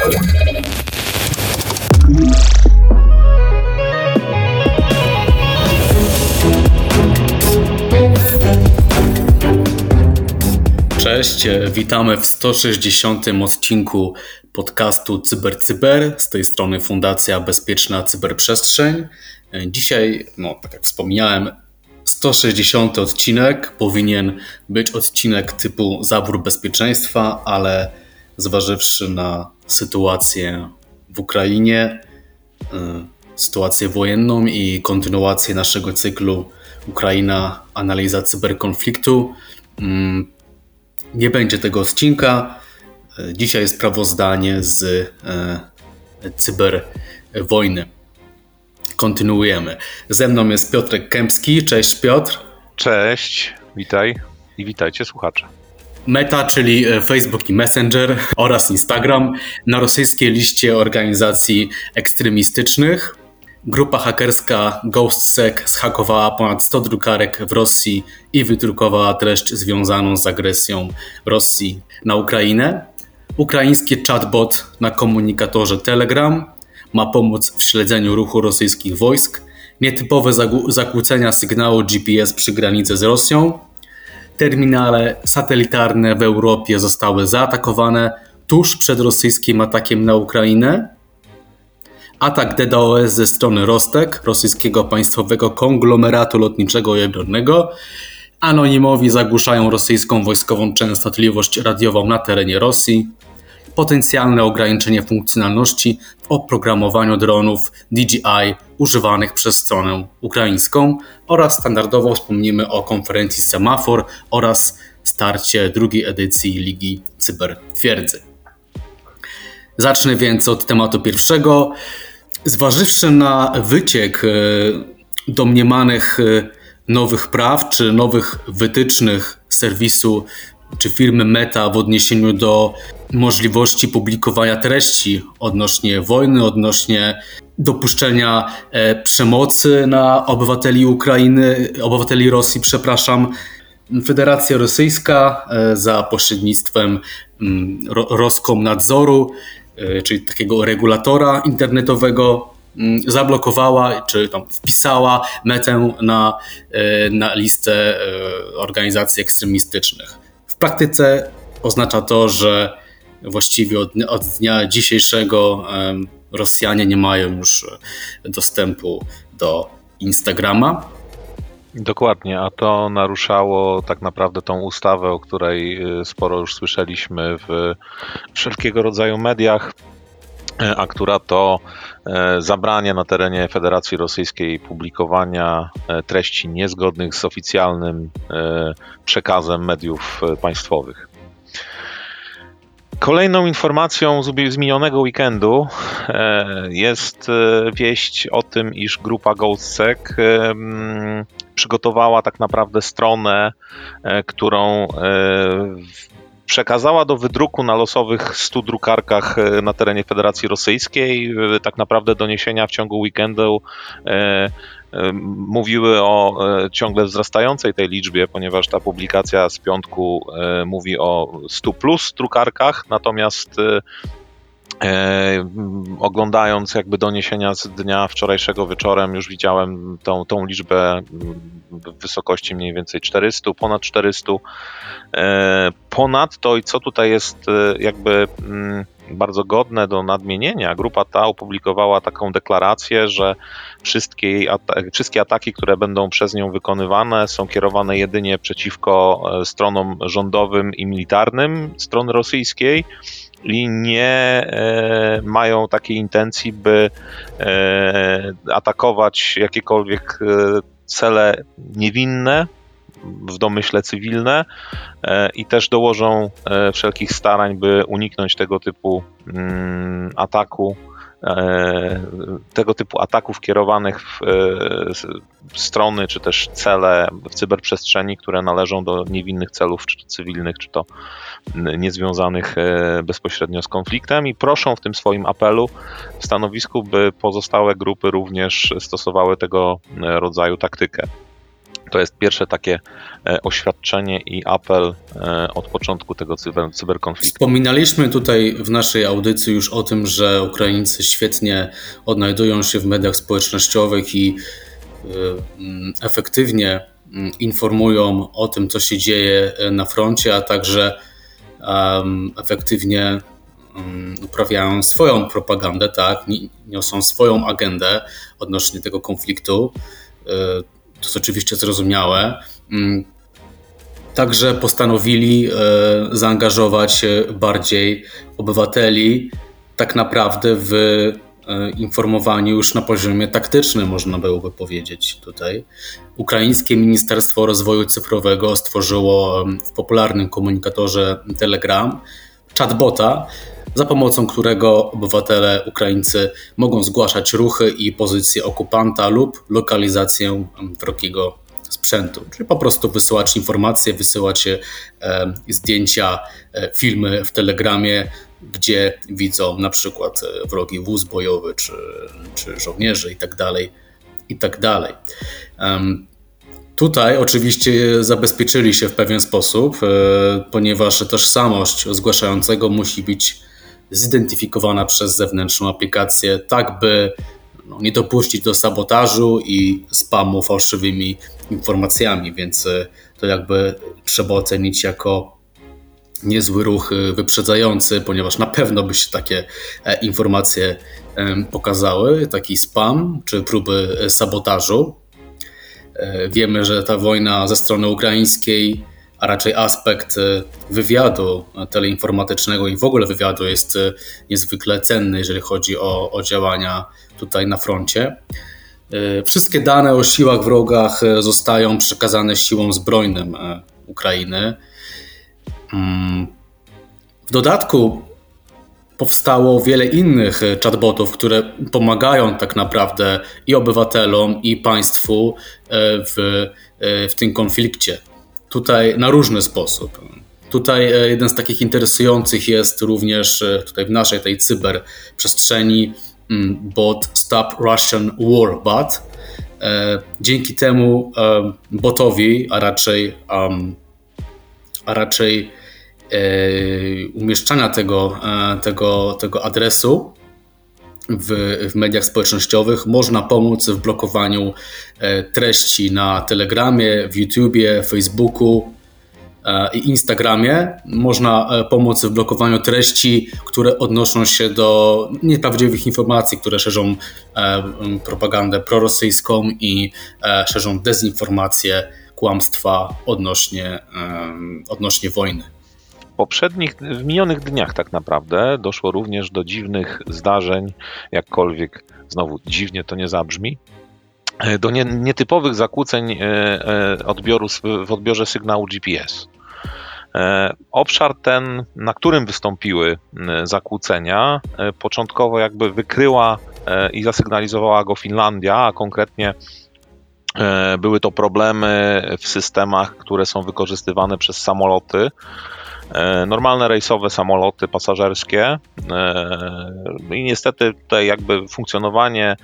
Cześć, witamy w 160. odcinku podcastu CyberCyber. Z tej strony Fundacja Bezpieczna Cyberprzestrzeń. Dzisiaj, tak jak wspomniałem, 160. odcinek. Powinien być odcinek typu zabór bezpieczeństwa, ale zważywszy na sytuację w Ukrainie, sytuację wojenną i kontynuację naszego cyklu Ukraina, analiza cyberkonfliktu, nie będzie tego odcinka. Dzisiaj jest sprawozdanie z cyberwojny. Kontynuujemy. Ze mną jest Piotrek Kępski. Cześć Piotr. Cześć, witaj i witajcie słuchacze. Meta, czyli Facebook i Messenger oraz Instagram na rosyjskiej liście organizacji ekstremistycznych. Grupa hakerska GhostSec zhakowała ponad 100 drukarek w Rosji i wydrukowała treść związaną z agresją Rosji na Ukrainę. Ukraiński chatbot na komunikatorze Telegram ma pomóc w śledzeniu ruchu rosyjskich wojsk. Nietypowe zakłócenia sygnału GPS przy granicy z Rosją. Terminale satelitarne w Europie zostały zaatakowane tuż przed rosyjskim atakiem na Ukrainę. Atak DDoS ze strony Rostek, rosyjskiego państwowego konglomeratu lotniczego jądrowego. Anonimowi zagłuszają rosyjską wojskową częstotliwość radiową na terenie Rosji. Potencjalne ograniczenie funkcjonalności w oprogramowaniu dronów DJI używanych przez stronę ukraińską oraz standardowo wspomnimy o konferencji Semafor oraz starcie drugiej edycji Ligi Cybertwierdzy. Zacznę więc od tematu pierwszego. Zważywszy na wyciek domniemanych nowych praw czy nowych wytycznych serwisu czy firmy Meta w odniesieniu do możliwości publikowania treści odnośnie wojny, odnośnie dopuszczenia przemocy na obywateli Rosji, Federacja Rosyjska za pośrednictwem Roskomnadzoru, czyli takiego regulatora internetowego, zablokowała czy tam wpisała Metę na listę organizacji ekstremistycznych. W praktyce oznacza to, że właściwie od dnia dzisiejszego Rosjanie nie mają już dostępu do Instagrama. Dokładnie, a to naruszało tak naprawdę tą ustawę, o której sporo już słyszeliśmy w wszelkiego rodzaju mediach, a która to zabrania na terenie Federacji Rosyjskiej publikowania treści niezgodnych z oficjalnym przekazem mediów państwowych. Kolejną informacją z minionego weekendu jest wieść o tym, iż grupa GhostSec przygotowała tak naprawdę stronę, którą przekazała do wydruku na losowych 100 drukarkach na terenie Federacji Rosyjskiej. Tak naprawdę doniesienia w ciągu weekendu mówiły o ciągle wzrastającej tej liczbie, ponieważ ta publikacja z piątku mówi o 100 plus drukarkach, natomiast oglądając jakby doniesienia z dnia wczorajszego wieczorem, już widziałem tą liczbę w wysokości mniej więcej 400, ponad 400. Ponadto, i co tutaj jest jakby bardzo godne do nadmienienia, grupa ta opublikowała taką deklarację, że wszystkie ataki, które będą przez nią wykonywane, są kierowane jedynie przeciwko stronom rządowym i militarnym strony rosyjskiej i nie mają takiej intencji, by atakować jakiekolwiek cele niewinne, w domyśle cywilne, i też dołożą wszelkich starań, by uniknąć tego typu ataków kierowanych w strony czy też cele w cyberprzestrzeni, które należą do niewinnych celów, czy to cywilnych, czy to niezwiązanych bezpośrednio z konfliktem, i proszą w tym swoim apelu w stanowisku, by pozostałe grupy również stosowały tego rodzaju taktykę. To jest pierwsze takie oświadczenie i apel od początku tego cyberkonfliktu. Wspominaliśmy tutaj w naszej audycji już o tym, że Ukraińcy świetnie odnajdują się w mediach społecznościowych i efektywnie informują o tym, co się dzieje na froncie, a także efektywnie uprawiają swoją propagandę, tak? Niosą swoją agendę odnośnie tego konfliktu. To jest oczywiście zrozumiałe. Także postanowili zaangażować bardziej obywateli tak naprawdę w informowaniu już na poziomie taktycznym, można byłoby powiedzieć tutaj. Ukraińskie Ministerstwo Rozwoju Cyfrowego stworzyło w popularnym komunikatorze Telegram chatbota, za pomocą którego obywatele Ukraińcy mogą zgłaszać ruchy i pozycje okupanta lub lokalizację wrogiego sprzętu. Czyli po prostu wysyłać informacje, wysyłać zdjęcia, filmy w Telegramie, gdzie widzą na przykład wrogi wóz bojowy czy żołnierzy i tak dalej. Tutaj oczywiście zabezpieczyli się w pewien sposób, ponieważ tożsamość zgłaszającego musi być zidentyfikowana przez zewnętrzną aplikację, tak by nie dopuścić do sabotażu i spamu fałszywymi informacjami, więc to jakby trzeba ocenić jako niezły ruch wyprzedzający, ponieważ na pewno by się takie informacje pokazały, taki spam czy próby sabotażu. Wiemy, że ta wojna ze strony ukraińskiej, a raczej aspekt wywiadu teleinformatycznego i w ogóle wywiadu jest niezwykle cenny, jeżeli chodzi o działania tutaj na froncie. Wszystkie dane o siłach wrogach zostają przekazane siłom zbrojnym Ukrainy. W dodatku powstało wiele innych chatbotów, które pomagają tak naprawdę i obywatelom, i państwu w tym konflikcie. Tutaj na różny sposób. Tutaj jeden z takich interesujących jest również tutaj w naszej tej cyberprzestrzeni bot Stop Russian War Bot. Dzięki temu botowi, a raczej umieszczania tego adresu w mediach społecznościowych można pomóc w blokowaniu treści na Telegramie, w YouTubie, Facebooku i Instagramie. Można pomóc w blokowaniu treści, które odnoszą się do nieprawdziwych informacji, które szerzą propagandę prorosyjską i szerzą dezinformacje, kłamstwa odnośnie wojny. W minionych dniach tak naprawdę doszło również do dziwnych zdarzeń, jakkolwiek znowu dziwnie to nie zabrzmi, do nietypowych zakłóceń odbioru w odbiorze sygnału GPS. Obszar ten, na którym wystąpiły zakłócenia, początkowo jakby wykryła i zasygnalizowała go Finlandia, a konkretnie były to problemy w systemach, które są wykorzystywane przez samoloty. Normalne rejsowe samoloty pasażerskie i niestety tutaj jakby funkcjonowanie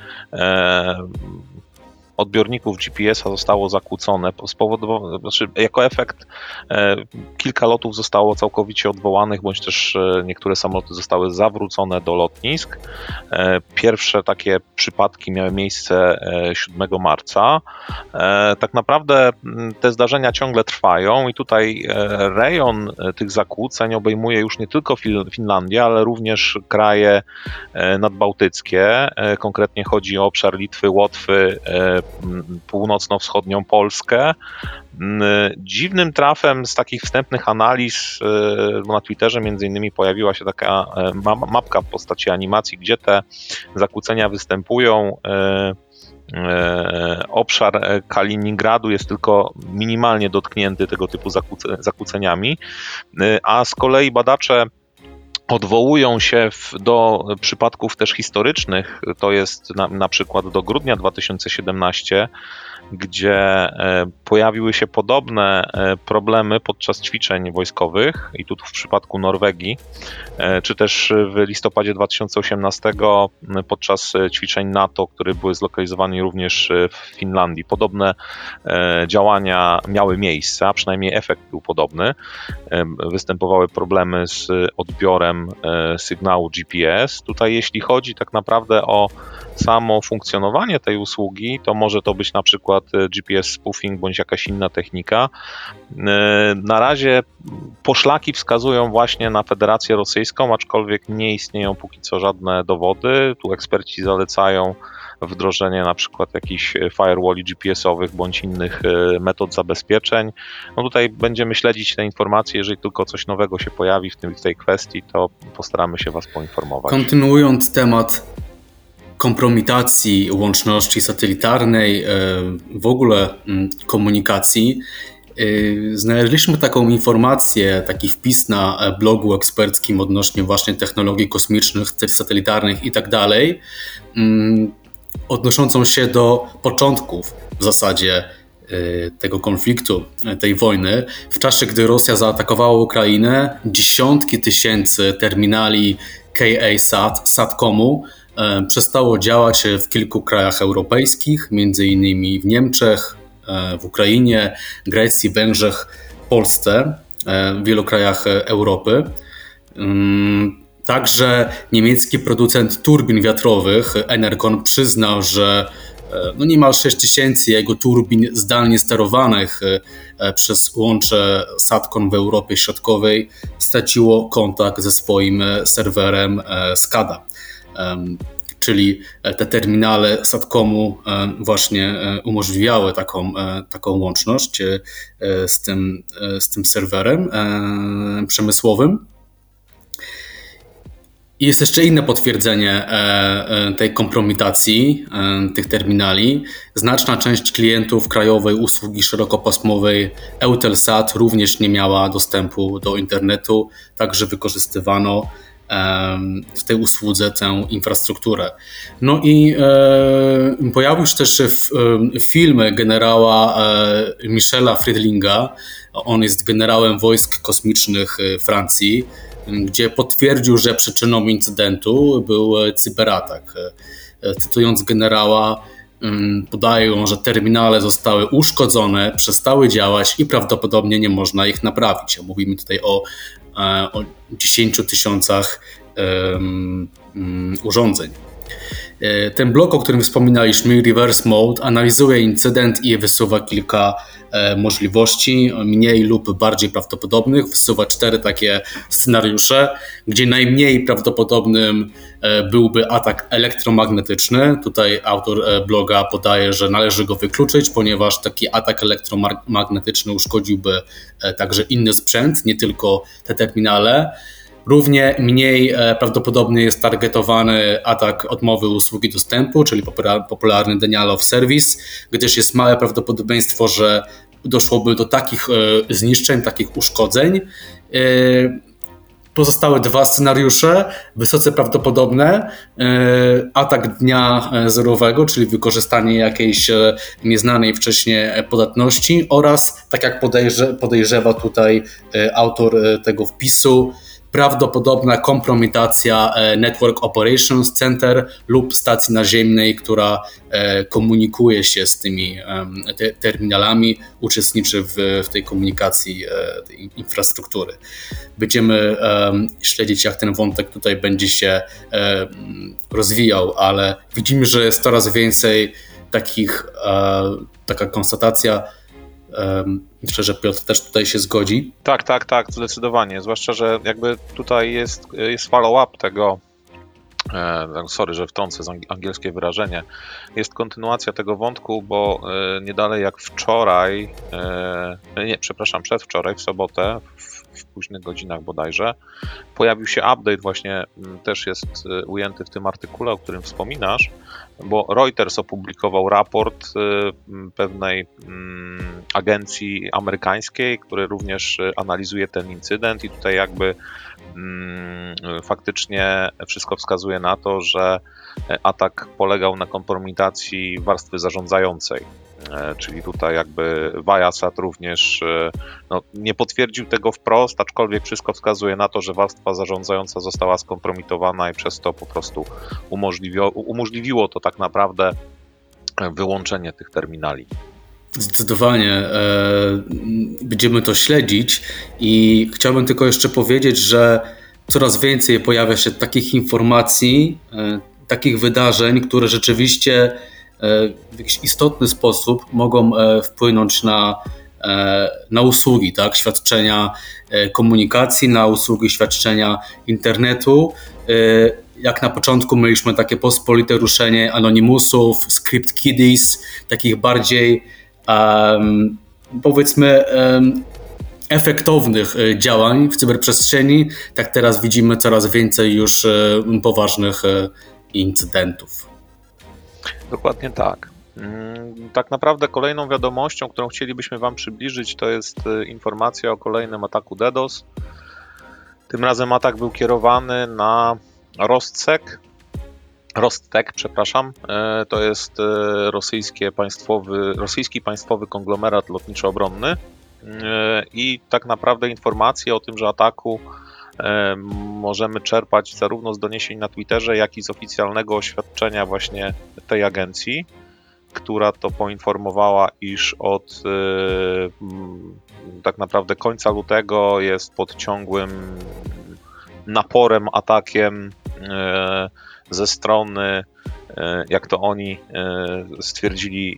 odbiorników GPS-a zostało zakłócone. Jako efekt kilka lotów zostało całkowicie odwołanych, bądź też niektóre samoloty zostały zawrócone do lotnisk. Pierwsze takie przypadki miały miejsce 7 marca. Tak naprawdę te zdarzenia ciągle trwają i tutaj rejon tych zakłóceń obejmuje już nie tylko Finlandię, ale również kraje nadbałtyckie. Konkretnie chodzi o obszar Litwy, Łotwy, północno-wschodnią Polskę. Dziwnym trafem z takich wstępnych analiz, bo na Twitterze między innymi pojawiła się taka mapka w postaci animacji, gdzie te zakłócenia występują. Obszar Kaliningradu jest tylko minimalnie dotknięty tego typu zakłóceniami, a z kolei badacze odwołują się do przypadków też historycznych, to jest na przykład do grudnia 2017, gdzie pojawiły się podobne problemy podczas ćwiczeń wojskowych i tu w przypadku Norwegii, czy też w listopadzie 2018 podczas ćwiczeń NATO, które były zlokalizowane również w Finlandii. Podobne działania miały miejsce, a przynajmniej efekt był podobny. Występowały problemy z odbiorem sygnału GPS. Tutaj jeśli chodzi tak naprawdę o samo funkcjonowanie tej usługi, to może to być na przykład GPS spoofing bądź jakaś inna technika. Na razie poszlaki wskazują właśnie na Federację Rosyjską, aczkolwiek nie istnieją póki co żadne dowody. Tu eksperci zalecają wdrożenie na przykład jakichś firewalli GPS-owych bądź innych metod zabezpieczeń. No tutaj będziemy śledzić te informacje, jeżeli tylko coś nowego się pojawi w tej kwestii, to postaramy się Was poinformować. Kontynuując temat kompromitacji łączności satelitarnej, w ogóle komunikacji, znaleźliśmy taką informację, taki wpis na blogu eksperckim odnośnie właśnie technologii kosmicznych, satelitarnych i tak dalej, odnoszącą się do początków w zasadzie tego konfliktu, tej wojny. W czasie, gdy Rosja zaatakowała Ukrainę, dziesiątki tysięcy terminali KA-SAT, SATCOM-u przestało działać w kilku krajach europejskich, między innymi w Niemczech, w Ukrainie, Grecji, Węgrzech, Polsce, w wielu krajach Europy. Także niemiecki producent turbin wiatrowych Enercon przyznał, że niemal 6000 jego turbin zdalnie sterowanych przez łącze SATCOM w Europie Środkowej straciło kontakt ze swoim serwerem SCADA. Czyli te terminale SATCOM-u właśnie umożliwiały taką łączność z tym serwerem przemysłowym. I jest jeszcze inne potwierdzenie tej kompromitacji tych terminali. Znaczna część klientów krajowej usługi szerokopasmowej Eutelsat również nie miała dostępu do internetu, także wykorzystywano w tej usłudze tę infrastrukturę. No i pojawił się też film generała Michela Friedlinga. On jest generałem wojsk kosmicznych Francji, gdzie potwierdził, że przyczyną incydentu był cyberatak. Cytując generała, podają, że terminale zostały uszkodzone, przestały działać i prawdopodobnie nie można ich naprawić. Mówimy tutaj o 10 tysiącach urządzeń. Ten blok, o którym wspominaliśmy, Reverse Mode, analizuje incydent i wysuwa kilka możliwości, mniej lub bardziej prawdopodobnych. Wysuwa 4 takie scenariusze, gdzie najmniej prawdopodobnym byłby atak elektromagnetyczny. Tutaj autor bloga podaje, że należy go wykluczyć, ponieważ taki atak elektromagnetyczny uszkodziłby także inny sprzęt, nie tylko te terminale. Równie mniej prawdopodobny jest targetowany atak odmowy usługi dostępu, czyli popularny denial of service, gdyż jest małe prawdopodobieństwo, że doszłoby do takich zniszczeń, takich uszkodzeń. Pozostałe 2 scenariusze, wysoce prawdopodobne, atak dnia zerowego, czyli wykorzystanie jakiejś nieznanej wcześniej podatności oraz, tak jak podejrzewa tutaj autor tego wpisu, prawdopodobna kompromitacja Network Operations Center lub stacji naziemnej, która komunikuje się z tymi terminalami, uczestniczy w tej komunikacji tej infrastruktury. Będziemy śledzić, jak ten wątek tutaj będzie się rozwijał, ale widzimy, że jest coraz więcej taka konstatacja. Myślę, że Piotr też tutaj się zgodzi. Tak, zdecydowanie. Zwłaszcza, że jakby tutaj jest follow-up tego, sorry, że wtrącę angielskie wyrażenie, jest kontynuacja tego wątku, bo nie dalej jak wczoraj, przedwczoraj, w sobotę, w późnych godzinach bodajże, pojawił się update, właśnie też jest ujęty w tym artykule, o którym wspominasz, bo Reuters opublikował raport pewnej agencji amerykańskiej, który również analizuje ten incydent i tutaj jakby faktycznie wszystko wskazuje na to, że atak polegał na kompromitacji warstwy zarządzającej. Czyli tutaj jakby Viasat również nie potwierdził tego wprost, aczkolwiek wszystko wskazuje na to, że warstwa zarządzająca została skompromitowana i przez to po prostu umożliwiło to tak naprawdę wyłączenie tych terminali. Zdecydowanie będziemy to śledzić i chciałbym tylko jeszcze powiedzieć, że coraz więcej pojawia się takich informacji, takich wydarzeń, które rzeczywiście w jakiś istotny sposób mogą wpłynąć na usługi, tak? Świadczenia komunikacji, na usługi świadczenia internetu. Jak na początku mieliśmy takie pospolite ruszenie Anonymousów, Script Kiddies, takich bardziej powiedzmy efektownych działań w cyberprzestrzeni, tak teraz widzimy coraz więcej już poważnych incydentów. Dokładnie tak. Tak naprawdę kolejną wiadomością, którą chcielibyśmy Wam przybliżyć, to jest informacja o kolejnym ataku DDoS. Tym razem atak był kierowany na Rostek, przepraszam. To jest rosyjski państwowy konglomerat lotniczo-obronny i tak naprawdę informacje o tymże ataku możemy czerpać zarówno z doniesień na Twitterze, jak i z oficjalnego oświadczenia właśnie tej agencji, która to poinformowała, iż od tak naprawdę końca lutego jest pod ciągłym naporem, atakiem ze strony, jak to oni stwierdzili,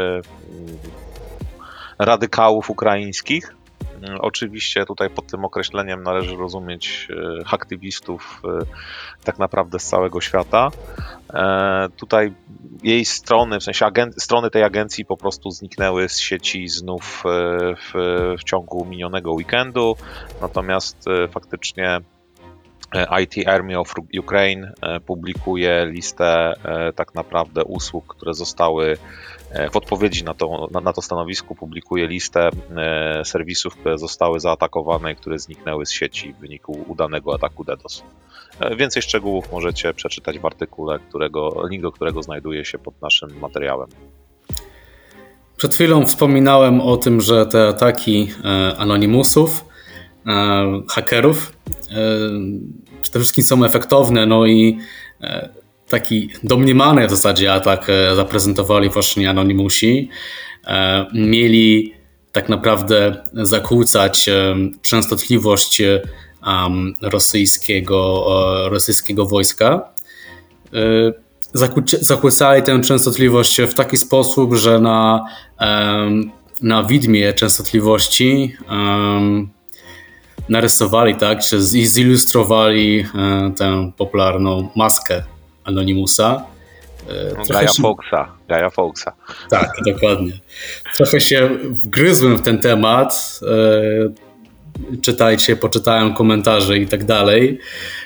radykałów ukraińskich. Oczywiście tutaj pod tym określeniem należy rozumieć aktywistów tak naprawdę z całego świata. Tutaj jej strony, w sensie strony tej agencji po prostu zniknęły z sieci znów w ciągu minionego weekendu, natomiast faktycznie IT Army of Ukraine publikuje listę tak naprawdę usług, które zostały w odpowiedzi na to stanowisko, publikuje listę serwisów, które zostały zaatakowane i które zniknęły z sieci w wyniku udanego ataku DDoS. Więcej szczegółów możecie przeczytać w artykule, link do którego znajduje się pod naszym materiałem. Przed chwilą wspominałem o tym, że te ataki Anonymousów, hakerów, przede wszystkim są efektowne, no i taki domniemany w zasadzie atak zaprezentowali właśnie Anonymousi. Mieli tak naprawdę zakłócać częstotliwość rosyjskiego wojska. Zakłócali tę częstotliwość w taki sposób, że na widmie częstotliwości narysowali, tak, czy zilustrowali tę popularną maskę Anonymousa. Gaia Fawkesa. Tak, dokładnie. Trochę się wgryzłem w ten temat. Poczytałem komentarze i tak dalej.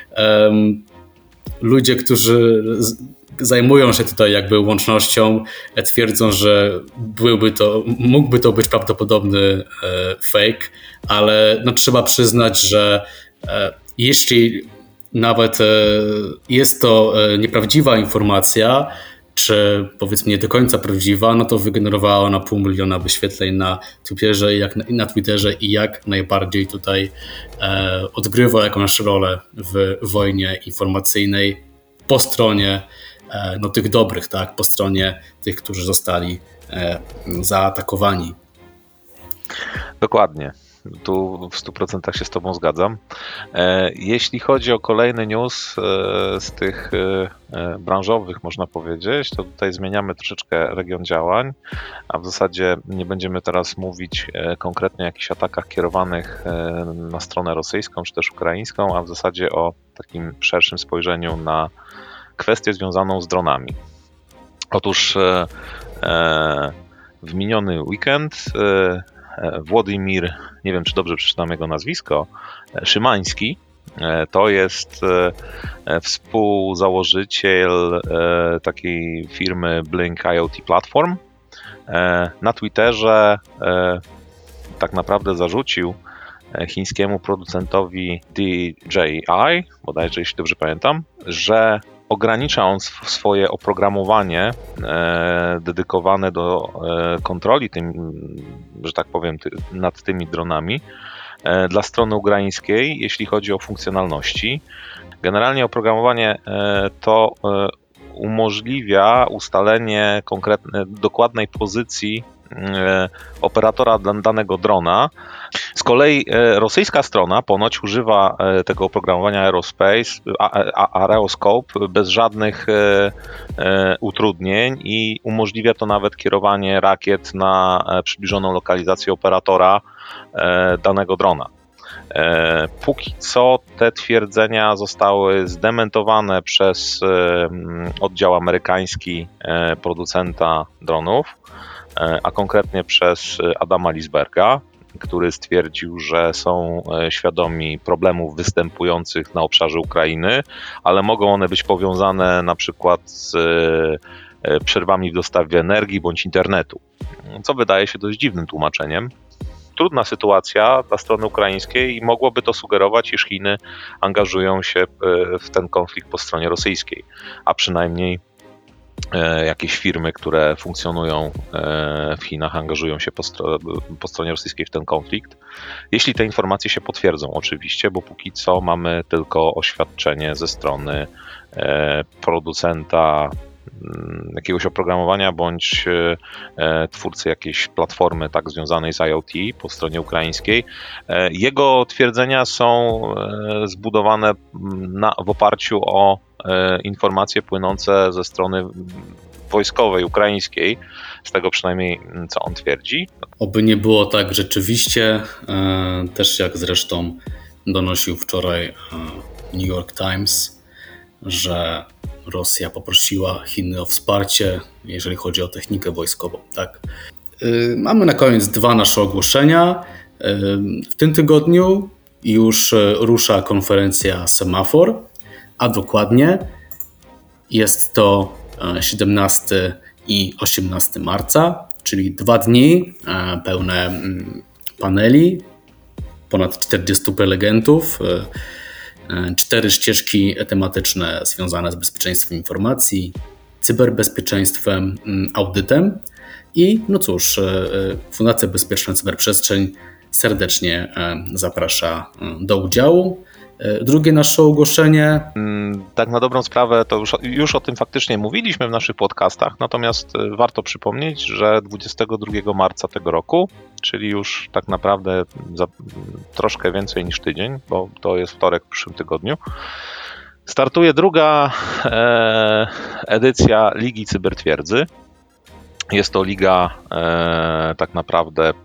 Ludzie, którzy zajmują się tutaj jakby łącznością, twierdzą, że mógłby to być prawdopodobny fake, ale no, trzeba przyznać, że jeśli nawet jest to nieprawdziwa informacja, czy powiedzmy nie do końca prawdziwa, no to wygenerowała na 500 000 wyświetleń na Twitterze i jak najbardziej tutaj odgrywa jakąś rolę w wojnie informacyjnej po stronie tych dobrych, tak, po stronie tych, którzy zostali zaatakowani. Dokładnie. Tu w 100% się z Tobą zgadzam. Jeśli chodzi o kolejny news z tych branżowych, można powiedzieć, to tutaj zmieniamy troszeczkę region działań, a w zasadzie nie będziemy teraz mówić konkretnie o jakichś atakach kierowanych na stronę rosyjską czy też ukraińską, a w zasadzie o takim szerszym spojrzeniu na kwestię związaną z dronami. Otóż w miniony weekend Władimir, nie wiem czy dobrze przeczytam jego nazwisko, Szymański, to jest współzałożyciel takiej firmy Blink IoT Platform. Na Twitterze tak naprawdę zarzucił chińskiemu producentowi DJI, bodajże jeśli dobrze pamiętam, że ogranicza on swoje oprogramowanie dedykowane do kontroli że tak powiem, nad tymi dronami dla strony ukraińskiej, jeśli chodzi o funkcjonalności. Generalnie oprogramowanie to umożliwia ustalenie dokładnej pozycji operatora danego drona. Z kolei rosyjska strona ponoć używa tego oprogramowania Aeroscope bez żadnych utrudnień i umożliwia to nawet kierowanie rakiet na przybliżoną lokalizację operatora danego drona. Póki co te twierdzenia zostały zdementowane przez oddział amerykański producenta dronów, a konkretnie przez Adama Lisberga, który stwierdził, że są świadomi problemów występujących na obszarze Ukrainy, ale mogą one być powiązane na przykład z przerwami w dostawie energii bądź internetu, co wydaje się dość dziwnym tłumaczeniem. Trudna sytuacja dla strony ukraińskiej i mogłoby to sugerować, iż Chiny angażują się w ten konflikt po stronie rosyjskiej, a przynajmniej jakieś firmy, które funkcjonują w Chinach, angażują się po stronie rosyjskiej w ten konflikt. Jeśli te informacje się potwierdzą oczywiście, bo póki co mamy tylko oświadczenie ze strony producenta jakiegoś oprogramowania bądź twórcy jakiejś platformy tak związanej z IoT po stronie ukraińskiej. Jego twierdzenia są zbudowane w oparciu o informacje płynące ze strony wojskowej ukraińskiej, z tego przynajmniej co on twierdzi. Oby nie było tak rzeczywiście, też jak zresztą donosił wczoraj New York Times, że Rosja poprosiła Chiny o wsparcie, jeżeli chodzi o technikę wojskową. Tak. Mamy na koniec 2 nasze ogłoszenia. W tym tygodniu już rusza konferencja Semafor, a dokładnie jest to 17 i 18 marca, czyli 2 dni pełne paneli, ponad 40 prelegentów, 4 ścieżki tematyczne związane z bezpieczeństwem informacji, cyberbezpieczeństwem, audytem i no cóż, Fundacja Bezpieczna Cyberprzestrzeń serdecznie zaprasza do udziału. Drugie nasze ogłoszenie. Tak na dobrą sprawę to już o tym faktycznie mówiliśmy w naszych podcastach, natomiast warto przypomnieć, że 22 marca tego roku, czyli już tak naprawdę za troszkę więcej niż tydzień, bo to jest wtorek w przyszłym tygodniu, startuje druga edycja Ligi Cybertwierdzy. Jest to liga tak naprawdę,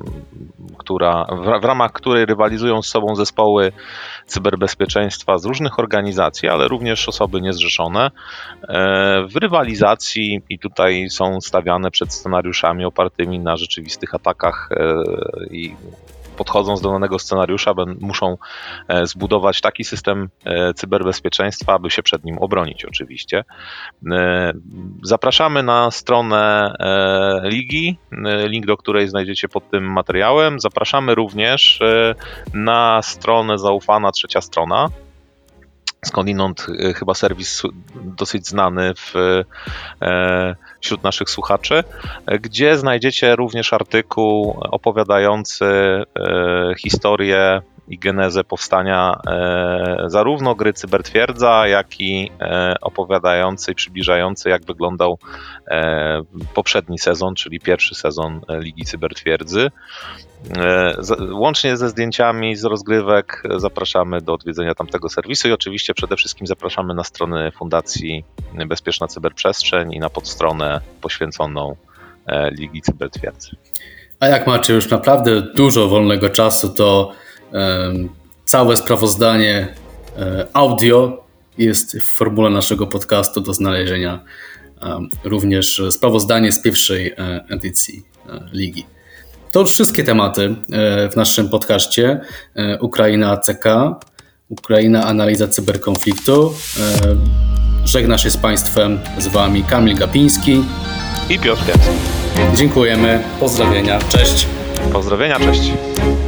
w ramach której rywalizują z sobą zespoły cyberbezpieczeństwa z różnych organizacji, ale również osoby niezrzeszone w rywalizacji i tutaj są stawiane przed scenariuszami opartymi na rzeczywistych atakach i podchodząc do danego scenariusza muszą zbudować taki system cyberbezpieczeństwa, aby się przed nim obronić oczywiście. Zapraszamy na stronę ligi, link do której znajdziecie pod tym materiałem. Zapraszamy również na stronę zaufana Trzecia Strona. Skądinąd chyba serwis dosyć znany wśród naszych słuchaczy, gdzie znajdziecie również artykuł opowiadający historię i genezę powstania zarówno gry Cybertwierdza, jak i opowiadający i przybliżający, jak wyglądał poprzedni sezon, czyli pierwszy sezon Ligi Cybertwierdzy. Łącznie ze zdjęciami z rozgrywek zapraszamy do odwiedzenia tamtego serwisu i oczywiście przede wszystkim zapraszamy na stronę Fundacji Bezpieczna Cyberprzestrzeń i na podstronę poświęconą Ligi Cybertwierdzy. A jak macie już naprawdę dużo wolnego czasu, to całe sprawozdanie audio jest w formule naszego podcastu do znalezienia. Również sprawozdanie z pierwszej edycji Ligi. To już wszystkie tematy w naszym podcaście. Ukraina ACK, Ukraina Analiza Cyberkonfliktu. Żegna się z Państwem, z Wami Kamil Gapiński i Piotr Kępski. Dziękujemy, pozdrowienia, cześć. Pozdrowienia, cześć.